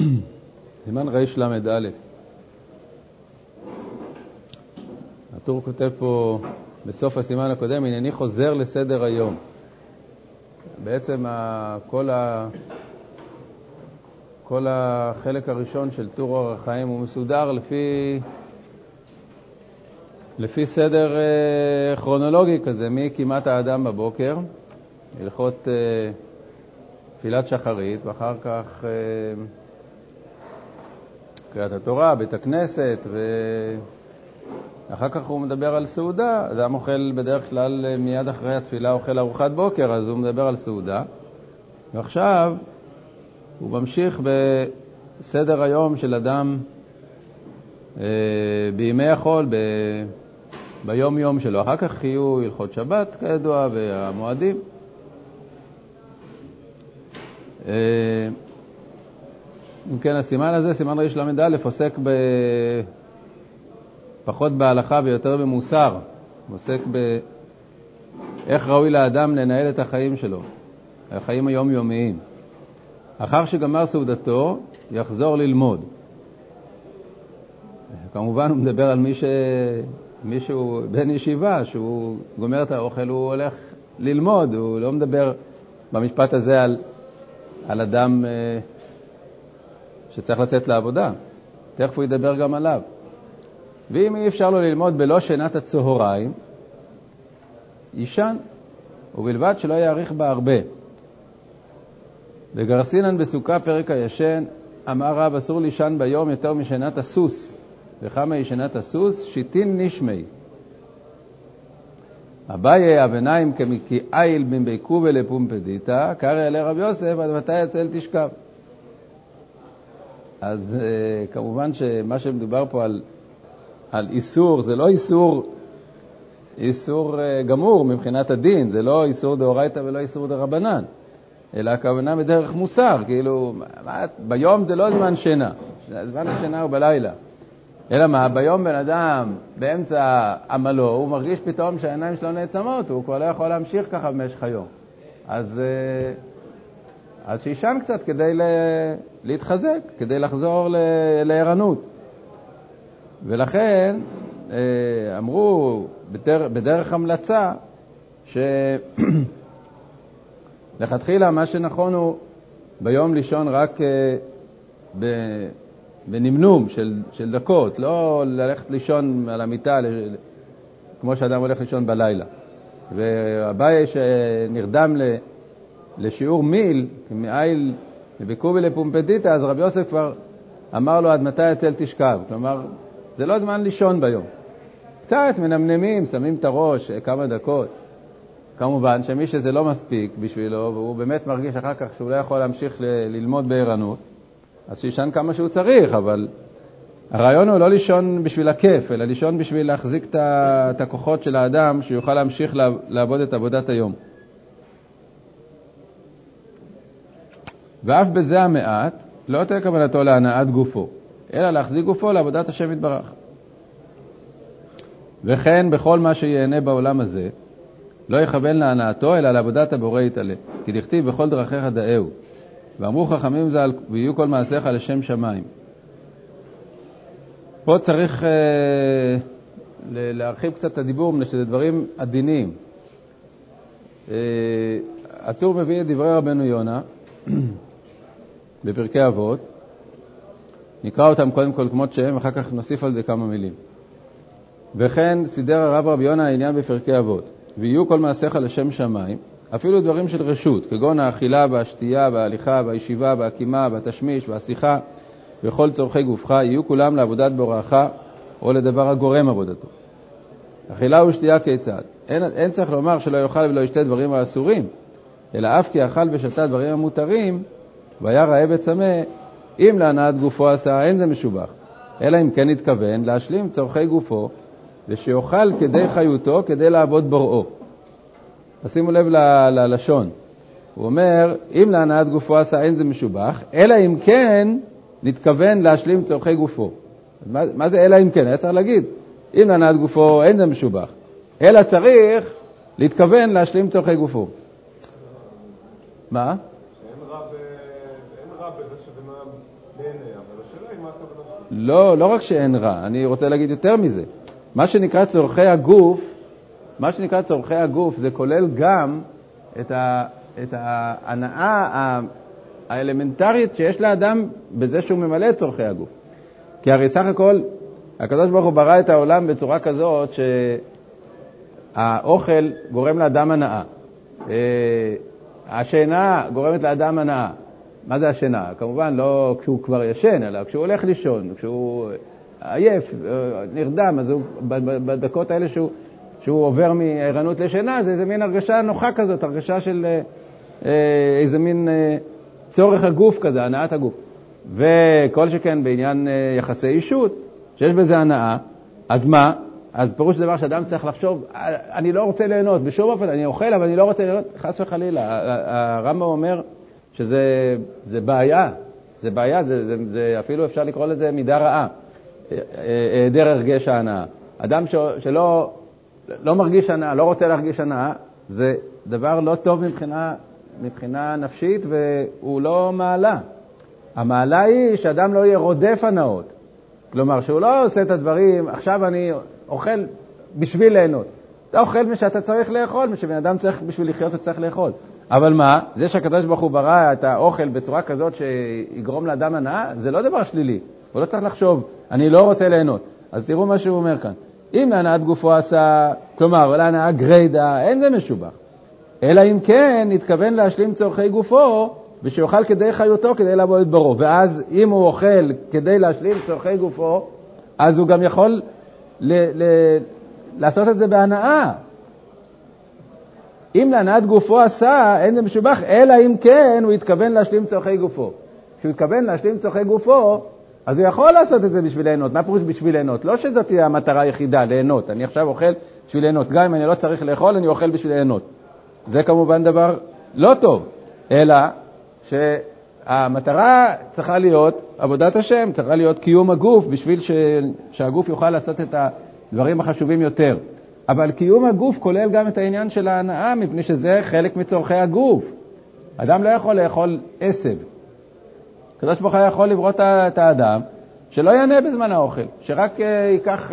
סימן ריש למד א'. הטור כותב פה בסוף הסימן הקודם, הנני חוזר לסדר היום. בעצם כל החלק הראשון של טור אור החיים הוא מסודר לפי סדר כרונולוגי כזה, מכמעט האדם בבוקר, הלכות תפילת שחרית, ואחר כך קריאת התורה, בית הכנסת, ואחר כך הוא מדבר על סעודה. אדם אוכל בדרך כלל מיד אחרי התפילה, אוכל ארוחת בוקר, אז הוא מדבר על סעודה. ועכשיו הוא ממשיך בסדר היום של אדם בימי החול, ביום יום שלו. אחר כך יהיו הלכות שבת כידוע והמועדים. אם כן, הסימן הזה, סימן ריש למד א', עוסק פחות בהלכה ויותר במוסר. עוסק באיך ראוי לאדם לנהל את החיים שלו, החיים היומיומיים. אחר שגמר סעודתו, יחזור ללמוד. כמובן הוא מדבר על מישהו בן ישיבה, שהוא גומר את האוכל, הוא הולך ללמוד. הוא לא מדבר במשפט הזה על אדם שצריך לצאת לעבודה. תכף הוא ידבר גם עליו. ואם אי אפשר לו ללמוד בלא שנת הצהריים, ישן, ובלבד שלא יאריך בה הרבה. בגרסינן בסוכה פרק הישן, אמר רב, אסור לישן ביום יותר משנת הסוס. וכמה היא שנת הסוס? שיטין נשמי. אביי הביניים כמקי איל בין ביקובה לפומפדיטה, קרא אלי רב יוסף, עד מתי יצל תשכב. אז כמובן שמה שמדובר פה על איסור, זה לא איסור גמור מבחינת הדין, זה לא איסור דאורייתא ולא איסור דרבנן, אלא הכוונה בדרך מוסר, כאילו ביום זה לא זמן שינה, זמן השינה הוא בלילה. אלא מה, ביום בן אדם באמצע עמלו, הוא מרגיש פתאום שהעיניים שלו נעצמות, הוא כבר לא יכול להמשיך ככה במשך היום. אז שישן קצת כדי להתחזק, כדי לחזור לערנות. ולכן אמרו בדרך המלצה שלכתחילה מה שנכון הוא ביום לישון רק בנמנום של דקות, לא ללכת לישון על המיטה כמו שאדם הולך לישון בלילה. והבעיה שנרדם לשיעור מיל, מאיל ביקובי לפומפדיטה, אז רבי יוסף כבר אמר לו עד מתי יצל תשכב. כלומר, זה לא זמן לישון ביום. קצת מנמנמים, שמים את הראש כמה דקות. כמובן שמי שזה לא מספיק בשבילו, והוא באמת מרגיש אחר כך שהוא לא יכול להמשיך ללמוד בערנות, אז שישן כמה שהוא צריך, אבל הרעיון הוא לא לישון בשביל הכיף, אלא לישון בשביל להחזיק את הכוחות של האדם, שיוכל להמשיך לעבוד את עבודת היום. ואף בזה המעט, לא תהיה כוונתו להנאת גופו, אלא להחזיק גופו לעבודת השם יתברך. וכן בכל מה שיהנה בעולם הזה, לא יכוון להנאתו, אלא לעבודת הבורא יתעלה. כי דכתיב בכל דרכיך דאהו. ואמרו חכמים ז"ל, ויהיו כל מעשיך לשם שמיים. פה צריך להרחיב קצת את הדיבור, מפני שזה דברים עדינים. הטור מביא את דברי רבנו יונה, בפרקי אבות. נקרא אותם קודם כל כמות שהם, אחר כך נוסיף על זה כמה מילים. וכן סידר הרב רבי יונה העניין בפרקי אבות. ויהיו כל מעשיך לשם שמיים, אפילו דברים של רשות, כגון האכילה והשתייה וההליכה והישיבה והקימה והתשמיש והשיחה וכל צורכי גופך, יהיו כולם לעבודת בוראך או לדבר הגורם עבודתו. אכילה ושתייה כיצד? אין צריך לומר שלא יאכל ולא ישתה דברים האסורים, אלא אף כי אכל ושתה דברים המותרים, והיה רעב וצמא, אם להנאת גופו עשה, אין זה משובח. אלא אם כן התכוון להשלים צורכי גופו, ושיוכל כדי חיותו, כדי לעבוד בוראו. שימו לב ללשון. הוא אומר, אם להנאת גופו עשה, אין זה משובח, אלא אם כן נתכוון להשלים צורכי גופו. מה זה אלא אם כן? היה צריך להגיד, אם להנאת גופו, אין זה משובח. אלא צריך להתכוון להשלים צורכי גופו. מה? אין רע בזה שזה אבל השאלה היא מה הכוונה? לא רק שאין רע, אני רוצה להגיד יותר מזה. מה שנקרא צורכי הגוף זה כולל גם את ההנאה האלמנטרית שיש לאדם בזה שהוא ממלא את צורכי הגוף. כי הרי סך הכל הקדוש ברוך הוא ברא את העולם בצורה כזאת שהאוכל גורם לאדם הנאה. השינה גורמת לאדם הנאה. מה זה השינה? כמובן לא כשהוא כבר ישן, אלא כשהוא הולך לישון, כשהוא עייף, נרדם, אז בדקות האלה שהוא עובר מערנות לשינה, זה איזה מין הרגשה נוחה כזאת, הרגשה של איזה מין צורך הגוף כזה, הנאת הגוף. וכל שכן בעניין יחסי אישות, שיש בזה הנאה, אז מה? אז פירוש דבר שאדם צריך לחשוב, אני לא רוצה ליהנות, בשום אופן, אני אוכל, אבל אני לא רוצה ליהנות, חס וחלילה. הרמב"ם אומר שזה בעיה, זה בעיה, זה אפילו אפשר לקרוא לזה מידה רעה, היעדר הרגש ההנאה. אדם שלא מרגיש הנאה, לא רוצה להרגיש הנאה, זה דבר לא טוב מבחינה נפשית, והוא לא מעלה. המעלה היא שאדם לא יהיה רודף הנאות. כלומר, שהוא לא עושה את הדברים, עכשיו אני אוכל בשביל ליהנות. אתה אוכל מה שאתה צריך לאכול, מה שבן אדם צריך בשביל לחיות, הוא צריך לאכול. אבל מה? זה שהקדוש ברוך הוא ברא את האוכל בצורה כזאת שיגרום לאדם הנאה, זה לא דבר שלילי. הוא לא צריך לחשוב, אני לא רוצה ליהנות. אז תראו מה שהוא אומר כאן. אם להנאת גופו עשה, כלומר, להנאה גריידה, אין זה משובח. אלא אם כן, התכוון להשלים צורכי גופו, ושיוכל כדי חיותו, כדי לעבוד את ברו. ואז אם הוא אוכל כדי להשלים צורכי גופו, אז הוא גם יכול לעשות את זה בהנאה. אם להנאת גופו עשה, אין זה משובח, אלא אם כן הוא התכוון להשלים צורכי גופו. כשהוא התכוון להשלים צורכי גופו, אז הוא יכול לעשות את זה בשביל ליהנות. מה פירוש בשביל ליהנות? לא שזאת תהיה המטרה היחידה, ליהנות. אני עכשיו אוכל בשביל ליהנות. גם אם אני לא צריך לאכול, אני אוכל בשביל ליהנות. זה כמובן דבר לא טוב, אלא שהמטרה צריכה להיות עבודת השם, צריכה להיות קיום הגוף, בשביל שהגוף יוכל לעשות את הדברים החשובים יותר. אבל קיום הגוף כולל גם את העניין של ההנאה, מפני שזה חלק מצורכי הגוף. אדם לא יכול לאכול עשב. הקדוש ברוך הוא יכול לברוא את האדם שלא יענה בזמן האוכל, שרק ייקח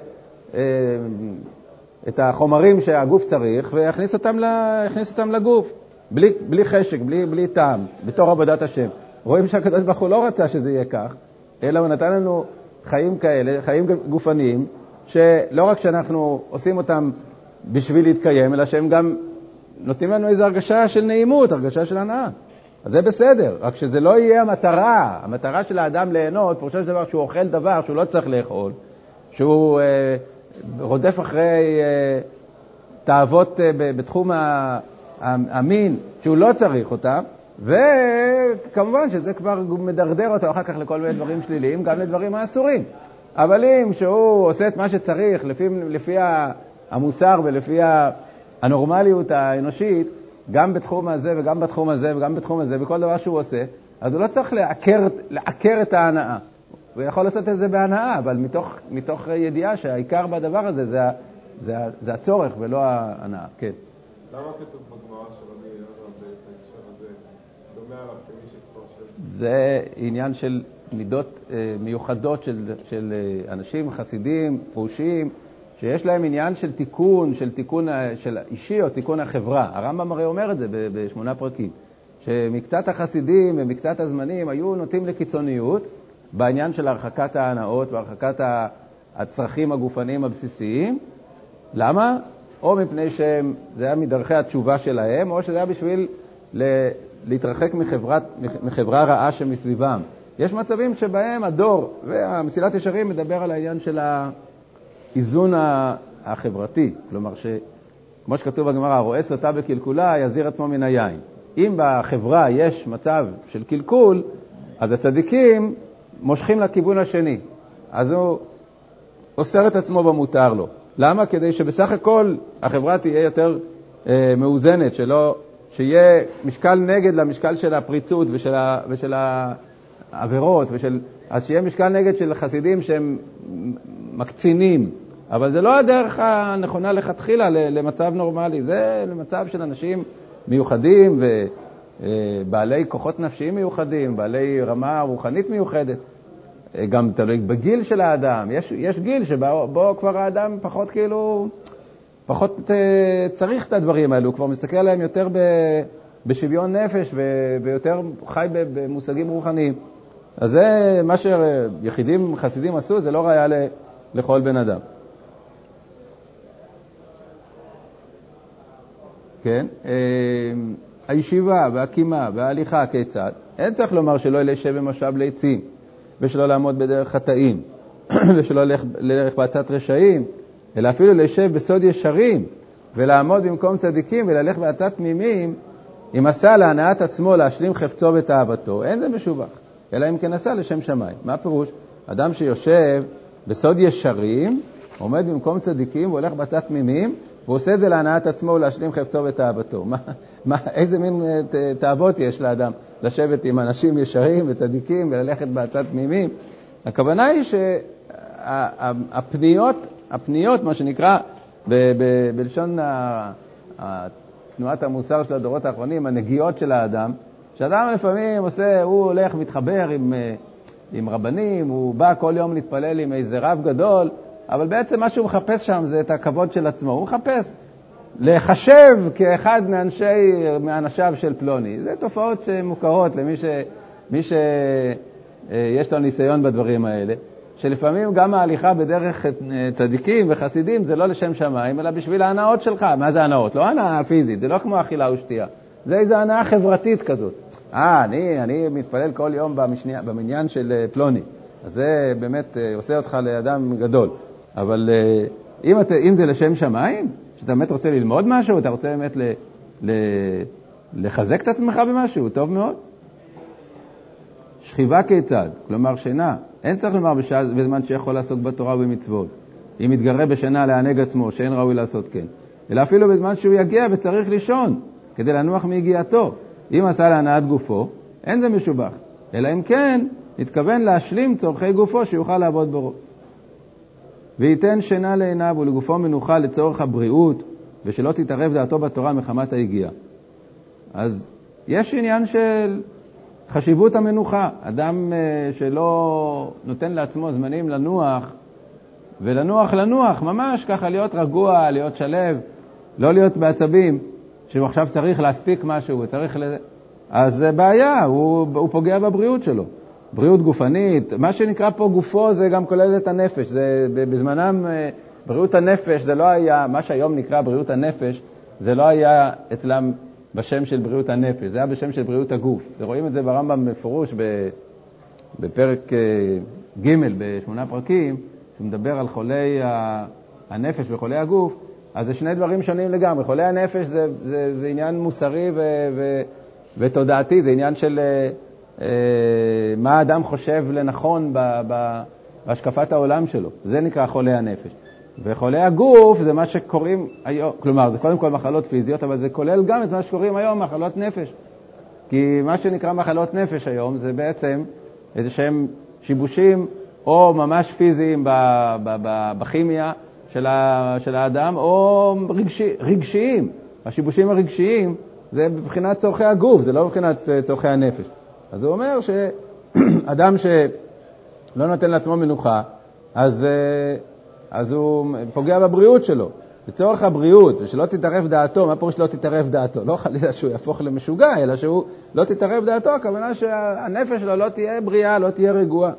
את החומרים שהגוף צריך ויכניס אותם לגוף, בלי חשק, בלי טעם, בתור עבודת השם. רואים שהקדוש ברוך הוא לא רצה שזה יהיה כך, אלא הוא נתן לנו חיים כאלה, חיים גופניים, שלא רק שאנחנו עושים אותם בשביל להתקיים, אלא שהם גם נותנים לנו איזו הרגשה של נעימות, הרגשה של הנאה. אז זה בסדר, רק שזה לא יהיה המטרה של האדם ליהנות, פירושו של דבר שהוא אוכל דבר שהוא לא צריך לאכול, שהוא רודף אחרי תאוות בתחום המין שהוא לא צריך אותם, וכמובן שזה כבר מדרדר אותו אחר כך לכל מיני דברים שליליים, גם לדברים האסורים. אבל אם שהוא עושה את מה שצריך לפי המוסר ולפי הנורמליות האנושית, גם בתחום הזה וגם בתחום הזה וגם בתחום הזה, בכל דבר שהוא עושה, אז הוא לא צריך לעקר את ההנאה. הוא יכול לעשות את זה בהנאה, אבל מתוך ידיעה שהעיקר בדבר הזה זה הצורך ולא ההנאה. כן. למה כתוב בגמרא שרבי יונה בהקשר הזה דומה עליו כמי שכבר זה עניין של מידות מיוחדות של אנשים, חסידים, פרושים, שיש להם עניין של תיקון של אישי או תיקון החברה. הרמב"ם הרי אומר את זה ב8 פרקים, שמקצת החסידים ומקצת הזמנים היו נוטים לקיצוניות בעניין של הרחקת ההנאות והרחקת הצרכים הגופניים הבסיסיים. למה? או מפני שזה היה מדרכי התשובה שלהם, או שזה היה בשביל להתרחק מחברה רעה שמסביבם. יש מצבים שבהם הדור, והמסילת ישרים מדבר על העניין של האיזון החברתי. כלומר, כמו שכתוב בגמרא, הרואה סוטה בקלקולה, יזהיר עצמו מן היין. אם בחברה יש מצב של קלקול, אז הצדיקים מושכים לכיוון השני. אז הוא אוסר את עצמו במותר לו. למה? כדי שבסך הכל החברה תהיה יותר מאוזנת, שיהיה משקל נגד למשקל של הפריצות ושל העבירות, אז שיהיה משקל נגד של חסידים שהם מקצינים. אבל זה לא הדרך הנכונה לכתחילה למצב נורמלי, זה למצב של אנשים מיוחדים בעלי כוחות נפשיים מיוחדים, בעלי רמה רוחנית מיוחדת. גם תלוי בגיל של האדם. יש גיל שבו כבר האדם פחות צריך את הדברים האלו, הוא כבר מסתכל עליהם יותר בשוויון נפש ויותר חי במושגים רוחניים. אז זה מה שיחידים חסידים עשו, זה לא ראיה לכל בן אדם. כן? הישיבה והקימה וההליכה כיצד? אין צריך לומר שלא ילשב במשאב לעצים, ושלא לעמוד בדרך חטאים, ושלא ללך בעצת רשעים, אלא אפילו לשב בסוד ישרים, ולעמוד במקום צדיקים, וללך בעצת תמימים, אם עשה להנאת עצמו להשלים חפצו ותאוותו, אין זה משובח, אלא אם כן עשה לשם שמיים. מה הפירוש? אדם שיושב בסוד ישרים, עומד במקום צדיקים, והולך בעצת תמימים, והוא עושה את זה להנאת עצמו ולהשלים חפצו ותאוותו. איזה מין תאוות יש לאדם? לשבת עם אנשים ישרים וצדיקים וללכת בעצת תמימים. הכוונה היא שהפניות, מה שנקרא בלשון תנועת המוסר של הדורות האחרונים, הנגיעות של האדם, שאדם לפעמים הוא הולך מתחבר עם רבנים, הוא בא כל יום להתפלל עם איזה רב גדול, אבל בעצם מה שהוא מחפש שם זה את הכבוד של עצמו. הוא מחפש לחשב כאחד מאנשיו של פלוני. זה תופעות שמוכרות למי שיש לו ניסיון בדברים האלה, שלפעמים גם ההליכה בדרך צדיקים וחסידים זה לא לשם שמיים, אלא בשביל ההנאות שלך. מה זה הנאות? לא הנאה פיזית, זה לא כמו אכילה ושתייה. זה איזו הנאה חברתית כזאת. אני מתפלל כל יום במניין של פלוני. אז זה באמת עושה אותך לאדם גדול. אבל אם זה לשם שמיים, שאתה באמת רוצה ללמוד משהו, אתה רוצה באמת לחזק את עצמך במשהו, טוב מאוד. שכיבה כיצד, כלומר שינה. אין צריך לומר בזמן שיכול לעסוק בתורה ובמצוות. אם יתגרה בשינה לענג עצמו, שאין ראוי לעשות כן. אלא אפילו בזמן שהוא יגיע וצריך לישון, כדי לנוח מיגיעתו. אם עשה להנאת גופו, אין זה משובח. אלא אם כן, התכוון להשלים צורכי גופו שיוכל לעבוד בו. וייתן שינה לעיניו ולגופו מנוחה לצורך הבריאות, ושלא תתערב דעתו בתורה מחמת היגיעה. אז יש עניין של חשיבות המנוחה. אדם שלא נותן לעצמו זמנים לנוח, ולנוח, ממש ככה להיות רגוע, להיות שלב, לא להיות בעצבים, שהוא עכשיו צריך להספיק משהו, אז זה בעיה, הוא פוגע בבריאות שלו. בריאות גופנית, מה שנקרא פה גופו זה גם כולל את הנפש. זה בזמנם בריאות הנפש, זה לא היה, מה שהיום נקרא בריאות הנפש, זה לא היה אצלם בשם של בריאות הנפש, זה היה בשם של בריאות הגוף. רואים את זה ברמב"ם מפורש בפרק ג' ב8 פרקים, שמדבר על חולי הנפש וחולי הגוף. אז זה שני דברים שונים לגמרי. חולי הנפש זה עניין מוסרי ותודעתי, זה עניין של מה האדם חושב לנכון בהשקפת העולם שלו. זה נקרא חולי הנפש. וחולי הגוף זה מה שקוראים היום, כלומר זה קודם כל מחלות פיזיות, אבל זה כולל גם את מה שקוראים היום מחלות נפש. כי מה שנקרא מחלות נפש היום זה בעצם איזה שהם שיבושים או ממש פיזיים בכימיה של האדם, או רגשיים. השיבושים הרגשיים זה בבחינת צורכי הגוף, זה לא בבחינת צורכי הנפש. אז הוא אומר שאדם שלא נותן לעצמו מנוחה, אז הוא פוגע בבריאות שלו. לצורך הבריאות, ושלא תתערב דעתו, מה פירוש לא תתערב דעתו? לא חלילה שהוא יהפוך למשוגע, אלא שהוא לא תתערב דעתו, הכוונה שהנפש שלו לא תהיה בריאה, לא תהיה רגועה.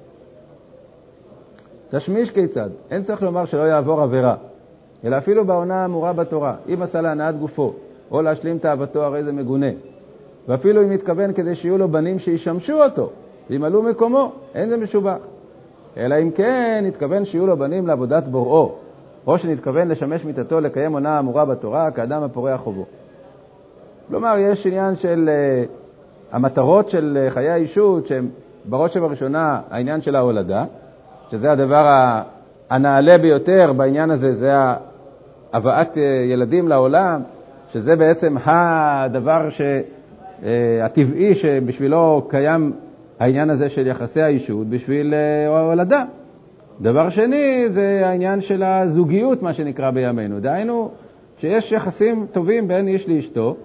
תשמיש כיצד? אין צריך לומר שלא יעבור עבירה, אלא אפילו בעונה האמורה בתורה, אם עשה להנאת גופו, או להשלים תאוותו, הרי זה מגונה. ואפילו אם מתכוון כדי שיהיו לו בנים שישמשו אותו, וימלאו מקומו, אין זה משובח. אלא אם כן התכוון שיהיו לו בנים לעבודת בוראו, או שנתכוון לשמש מיתתו לקיים עונה האמורה בתורה, כאדם הפורע חובו. כלומר, יש עניין של המטרות של חיי האישות, שהם בראש ובראשונה העניין של ההולדה, שזה הדבר הנעלה ביותר בעניין הזה, זה הבאת ילדים לעולם, שזה בעצם הדבר הטבעי שבשבילו קיים העניין הזה של יחסי האישות בשביל ההולדה. דבר שני זה העניין של הזוגיות, מה שנקרא בימינו. דהיינו שיש יחסים טובים בין איש לאשתו,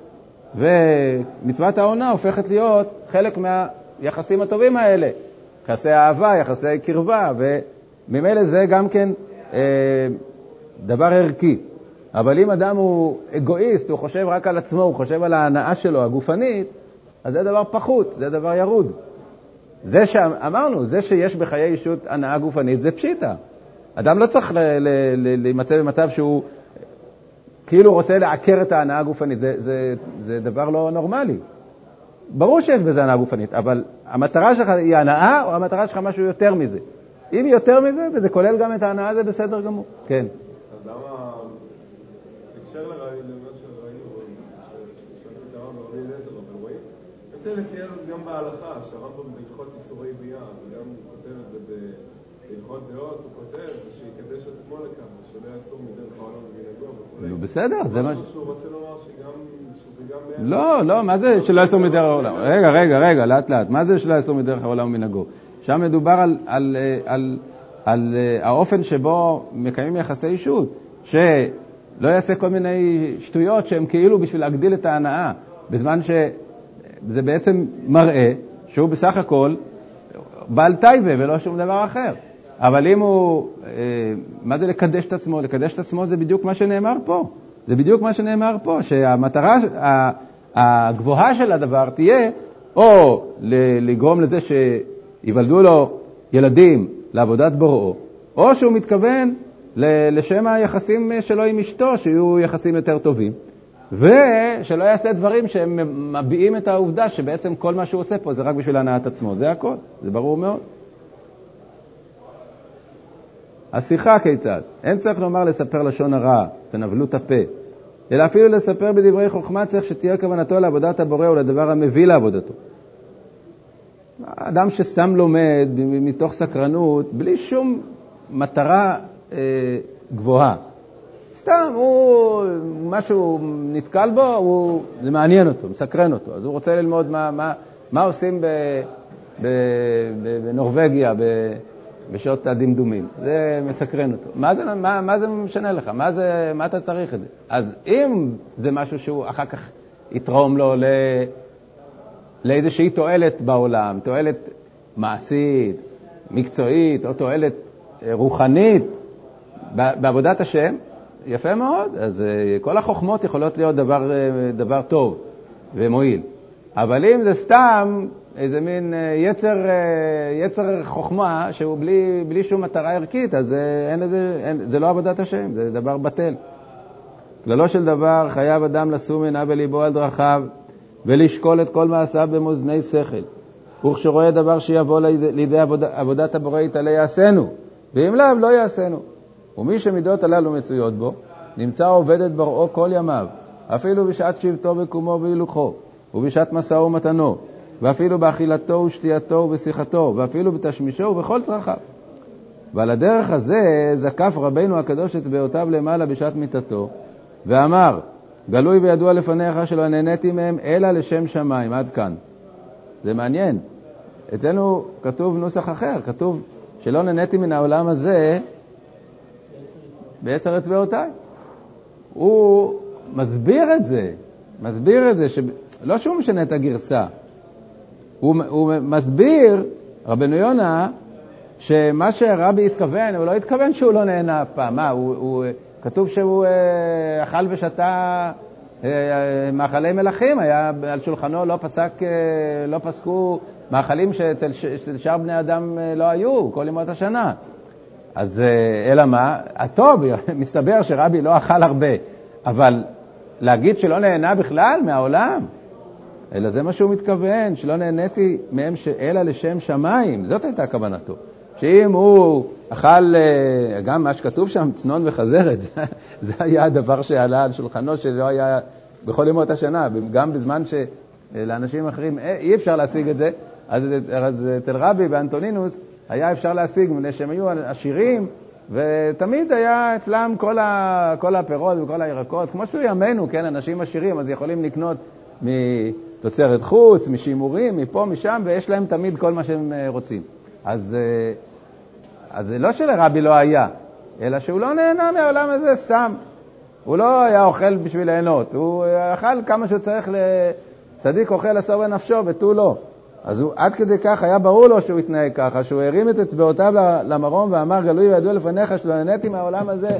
ומצוות העונה הופכת להיות חלק מהיחסים הטובים האלה, יחסי אהבה, יחסי קרבה, וממילא זה גם כן דבר ערכי. אבל אם אדם הוא אגואיסט, הוא חושב רק על עצמו, הוא חושב על ההנאה שלו הגופנית, אז זה דבר פחות, זה דבר ירוד. זה שאמרנו, זה שיש בחיי אישות הנאה גופנית, זה פשיטה. אדם לא צריך להימצא במצב שהוא כאילו רוצה לעקר את ההנאה הגופנית, זה דבר לא נורמלי. ברור שיש בזה הנאה גופנית, אבל המטרה שלך היא הנאה, או המטרה שלך משהו יותר מזה? אם היא יותר מזה, וזה כולל גם את ההנאה, זה בסדר גמור. כן. אז למה, תקשר למה שראינו, שאלתי את הרב ברבי אליעזר, אבל רואים? אלה תהיה זאת גם בהלכה, שהרמב"ם בהלכות איסורי ביאה, וגם הוא כותב את זה בהלכות דעות, הוא כותב שיקדש עצמו לכך, שלא יאסור מדרך העולם ומנהגו וכו'. נו, בסדר, זה מה... שהוא רוצה לומר שזה גם... לא, מה זה שלא יאסור מדרך העולם? רגע, לאט. מה זה שלא יאסור מדרך העולם ומנהגו? שם מדובר על האופן שבו מקיימים יחסי אישות, שלא יעשה כל מיני שטויות שהן כאילו בשביל להגדיל את ההנאה, בזמן שזה בעצם מראה שהוא בסך הכל בעל טייבה ולא שום דבר אחר. אבל אם הוא, מה זה לקדש את עצמו? לקדש את עצמו זה בדיוק מה שנאמר פה. זה בדיוק מה שנאמר פה, שהמטרה הגבוהה של הדבר תהיה או לגרום לזה שיוולדו לו ילדים לעבודת בוראו, או שהוא מתכוון לשם היחסים שלו עם אשתו, שיהיו יחסים יותר טובים, ושלא יעשה דברים שהם מביעים את העובדה שבעצם כל מה שהוא עושה פה זה רק בשביל הנעת עצמו. זה הכל, זה ברור מאוד. השיחה כיצד? אין צריך לומר לספר לשון הרע, תנבלו את הפה, אלא אפילו לספר בדברי חוכמה צריך שתהיה כוונתו לעבודת הבורא ולדבר המביא לעבודתו. אדם שסתם לומד מתוך סקרנות, בלי שום מטרה גבוהה. סתם, משהו נתקל בו, זה מעניין אותו, מסקרן אותו. אז הוא רוצה ללמוד מה עושים בנורווגיה, בשעות הדמדומים. זה מסקרן אותו. מה זה משנה לך? מה אתה צריך את זה? אז אם זה משהו שהוא אחר כך יתרום לו לאיזושהי תועלת בעולם, תועלת מעשית, מקצועית, או תועלת רוחנית בעבודת השם, יפה מאוד. אז כל החוכמות יכולות להיות דבר טוב ומועיל. אבל אם זה סתם איזה מין יצר חוכמה שהוא בלי שום מטרה ערכית, אז זה לא עבודת השם, זה דבר בטל. כללו של דבר, חייב אדם לשום עיניו בליבו על דרכיו, ולשקול את כל מעשיו במאזני שכל. וכשרואה דבר שיבוא לידי עבודת הבורא יתעלה יעשנו, ואם לאו לא יעשנו. ומי שמידות הללו מצויות בו, נמצא עובד את בראו כל ימיו, אפילו בשעת שבתו וקומו והילוכו, ובשעת מסעו ומתנו, ואפילו באכילתו ושתייתו ובשיחתו, ואפילו בתשמישו ובכל צרכיו. ועל הדרך הזה זקף רבינו הקדוש אצבעותיו למעלה בשעת מיתתו, ואמר, גלוי וידוע לפניך שלא נהניתי מהם אלא לשם שמיים. עד כאן. זה מעניין. אצלנו כתוב נוסח אחר, כתוב שלא נהניתי מן העולם הזה בעצר אצבעותיי. הוא מסביר את זה, לא שהוא משנה את הגרסה. הוא מסביר, רבנו יונה, שמה שהרבי התכוון, הוא לא התכוון שהוא לא נהנה אף פעם. כתוב שהוא אכל ושתה מאכלי מלכים, היה על שולחנו לא פסקו מאכלים שאצל שאר בני אדם לא היו כל ימות השנה. אז אלא מה? הטוב, מסתבר שרבי לא אכל הרבה, אבל להגיד שלא נהנה בכלל מהעולם, אלא זה מה שהוא מתכוון, שלא נהניתי מהם אלא לשם שמיים. זאת הייתה כוונתו. שאם הוא אכל, גם מה שכתוב שם, צנון וחזרת, זה היה הדבר שעלה על שולחנו, שלא היה בכל ימות השנה, גם בזמן שלאנשים אחרים אי אפשר להשיג את זה. אז אצל רבי באנטונינוס היה אפשר להשיג, מפני שהם היו עשירים, ותמיד היה אצלם כל הפירות וכל הירקות, כמו שהוא ימינו, כן, אנשים עשירים, אז יכולים לקנות מתוצרת חוץ, משימורים, מפה, משם, ויש להם תמיד כל מה שהם רוצים. אז זה לא שלרבי לא היה, אלא שהוא לא נהנה מהעולם הזה סתם. הוא לא היה אוכל בשביל ליהנות, הוא אכל כמה שהוא צריך צדיק אוכל עשר בנפשו ותו לא. אז הוא עד כדי כך היה ברור לו שהוא התנהג ככה, שהוא הרים את אצבעותיו למרום ואמר גלוי וידוע לפניך שלא נהניתי מהעולם הזה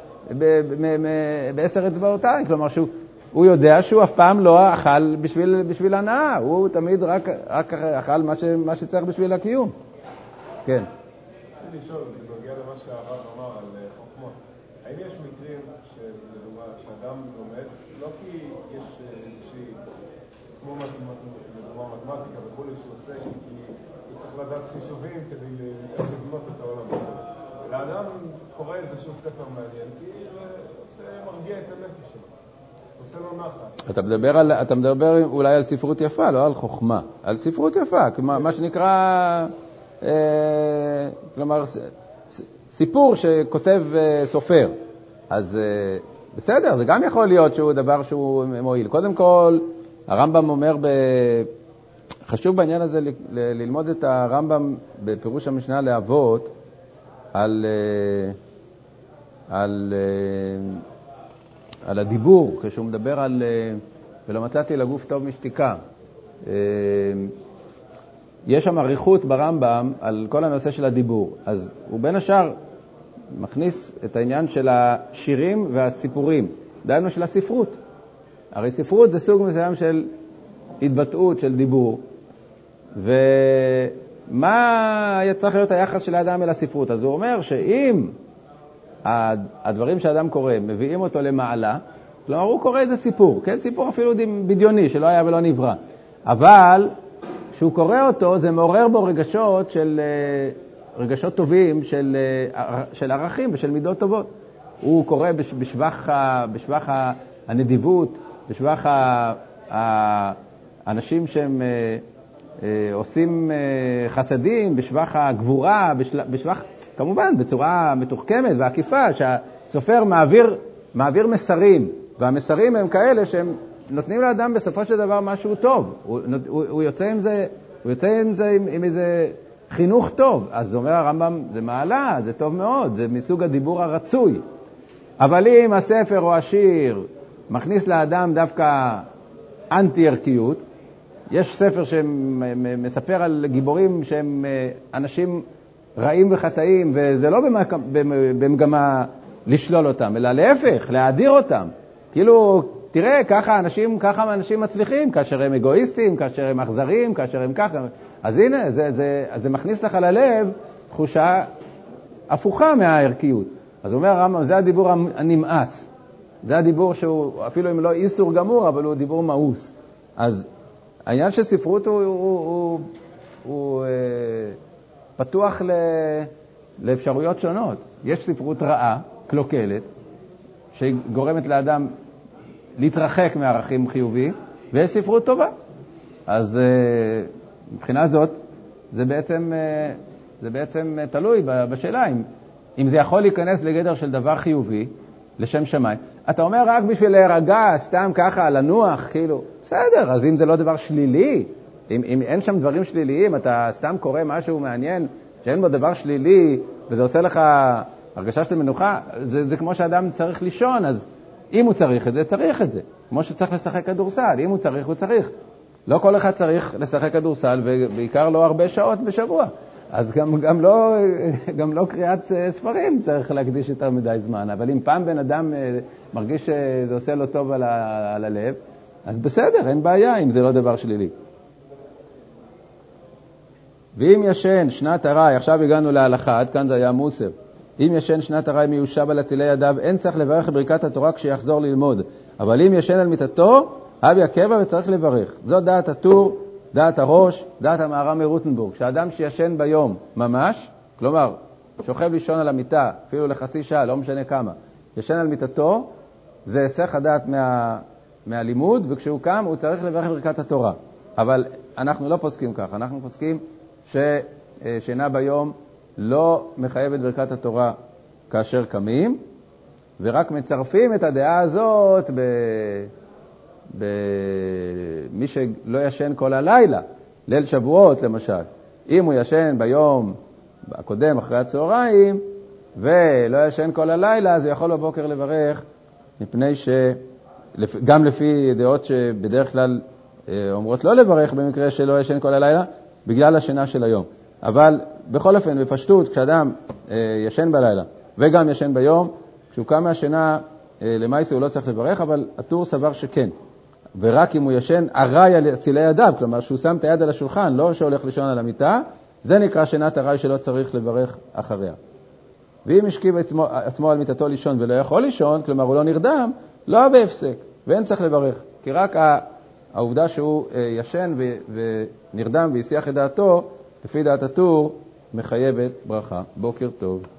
בעשר אצבעותיי. כלומר שהוא יודע שהוא אף פעם לא אכל בשביל הנאה, הוא תמיד רק אכל מה שצריך בשביל הקיום. כן. אני לשאול, בנוגע למה שהרב אמר על חוכמות, האם יש מקרים שאדם לומד, לא כי יש איזושהי, כמו מתמטיקה וכולי שהוא עושה, כי הוא צריך לדעת חישובים כדי לבנות את העולם. אלא אדם קורא איזשהו ספר מעניין, כי זה מרגיע את הנפש שלו. עושה לו נחת. אתה מדבר אולי על ספרות יפה, לא על חוכמה. על ספרות יפה, מה שנקרא, כלומר, סיפור שכותב סופר. אז בסדר, זה גם יכול להיות שהוא דבר שהוא מועיל. קודם כל, הרמב"ם אומר, חשוב בעניין הזה ללמוד את הרמב"ם בפירוש המשנה לאבות, על הדיבור, כשהוא מדבר על ולא מצאתי לגוף טוב משתיקה. יש שם עריכות ברמב"ם על כל הנושא של הדיבור. אז הוא בין השאר מכניס את העניין של השירים והסיפורים, דהיינו של הספרות. הרי ספרות זה סוג מסוים של התבטאות, של דיבור. ומה צריך להיות היחס של האדם אל הספרות? אז הוא אומר שאם הדברים שהאדם קורא מביאים אותו למעלה, כלומר הוא קורא איזה סיפור, כן? סיפור אפילו בדיוני שלא היה ולא נברא. אבל כשהוא קורא אותו זה מעורר בו רגשות טובים של ערכים ושל מידות טובות. הוא קורא בשבח הנדיבות, בשבח האנשים שהם עושים חסדים, בשבח הגבורה, בשבח, כמובן, בצורה מתוחכמת ועקיפה, שהסופר מעביר מסרים, והמסרים הם כאלה שהם נותנים לאדם בסופו של דבר משהו טוב. הוא יוצא עם זה עם איזה חינוך טוב. אז אומר הרמב"ם, זה מעלה, זה טוב מאוד, זה מסוג הדיבור הרצוי. אבל אם הספר או השיר מכניס לאדם דווקא אנטי-ערכיות, יש ספר שמספר על גיבורים שהם אנשים רעים וחטאים, וזה לא במגמה לשלול אותם, אלא להפך, להאדיר אותם. כאילו, תראה, ככה אנשים מצליחים, כאשר הם אגואיסטים, כאשר הם אכזרים, כאשר הם ככה. אז הנה, זה מכניס לך ללב תחושה הפוכה מהערכיות. אז אומר הרמב"ם, זה הדיבור הנמאס. זה הדיבור שהוא, אפילו אם לא איסור גמור, אבל הוא דיבור מאוס. אז העניין של ספרות הוא פתוח לאפשרויות שונות. יש ספרות רעה, קלוקלת, שגורמת לאדם להתרחק מערכים חיוביים, ויש ספרות טובה. אז מבחינה זאת, זה בעצם תלוי בשאלה, אם זה יכול להיכנס לגדר של דבר חיובי, לשם שמיים. אתה אומר רק בשביל להירגע, סתם ככה, לנוח, כאילו, בסדר, אז אם זה לא דבר שלילי, אם אין שם דברים שליליים, אתה סתם קורא משהו מעניין, שאין בו דבר שלילי, וזה עושה לך הרגשה של מנוחה, זה כמו שאדם צריך לישון, אז אם הוא צריך את זה, צריך את זה. כמו שצריך לשחק כדורסל, אם הוא צריך, הוא צריך. לא כל אחד צריך לשחק כדורסל, ובעיקר לא הרבה שעות בשבוע. אז גם לא קריאת ספרים צריך להקדיש יותר מדי זמן. אבל אם פעם בן אדם מרגיש שזה עושה לו טוב על הלב, אז בסדר, אין בעיה אם זה לא דבר שלילי. ואם ישן שנת הרי, עכשיו הגענו להלכה, עד כאן זה היה מוסר. אם ישן שנת הרי מיושב על הצילי ידיו, אין צריך לברך בברכת התורה כשיחזור ללמוד. אבל אם ישן על מיטתו, אב יקבע וצריך לברך. זו דעת הטור, דעת הראש, דעת המהר"ם מרוטנבורג. כשאדם שישן ביום ממש, כלומר, שוכב לישון על המיטה, אפילו לחצי שעה, לא משנה כמה, ישן על מיטתו, זה היסח הדעת מהלימוד, וכשהוא קם הוא צריך לברך בברכת התורה. אבל אנחנו לא פוסקים כך, אנחנו פוסקים ששינה ביום לא מחייבת ברכת התורה כאשר קמים, ורק מצרפים את הדעה הזאת במי שלא ישן כל הלילה, ליל שבועות למשל. אם הוא ישן ביום הקודם אחרי הצהריים ולא ישן כל הלילה, אז הוא יכול בבוקר לברך מפני שגם לפי דעות שבדרך כלל אומרות לא לברך במקרה שלא ישן כל הלילה, בגלל השינה של היום. אבל בכל אופן, בפשטות, כשאדם ישן בלילה וגם ישן ביום, כשהוא קם מהשינה, למעשה הוא לא צריך לברך, אבל הטור סבר שכן. ורק אם הוא ישן ארעי על צילי ידיו, כלומר שהוא שם את היד על השולחן, לא שהולך לישון על המיטה, זה נקרא שינת ארעי שלא צריך לברך אחריה. ואם השכיב עצמו על מיטתו לישון ולא יכול לישון, כלומר הוא לא נרדם, לא בהפסק, ואין צריך לברך. כי רק העובדה שהוא ישן ונרדם והסיח את דעתו, לפי דעת הטור, מחייבת ברכה. בוקר טוב.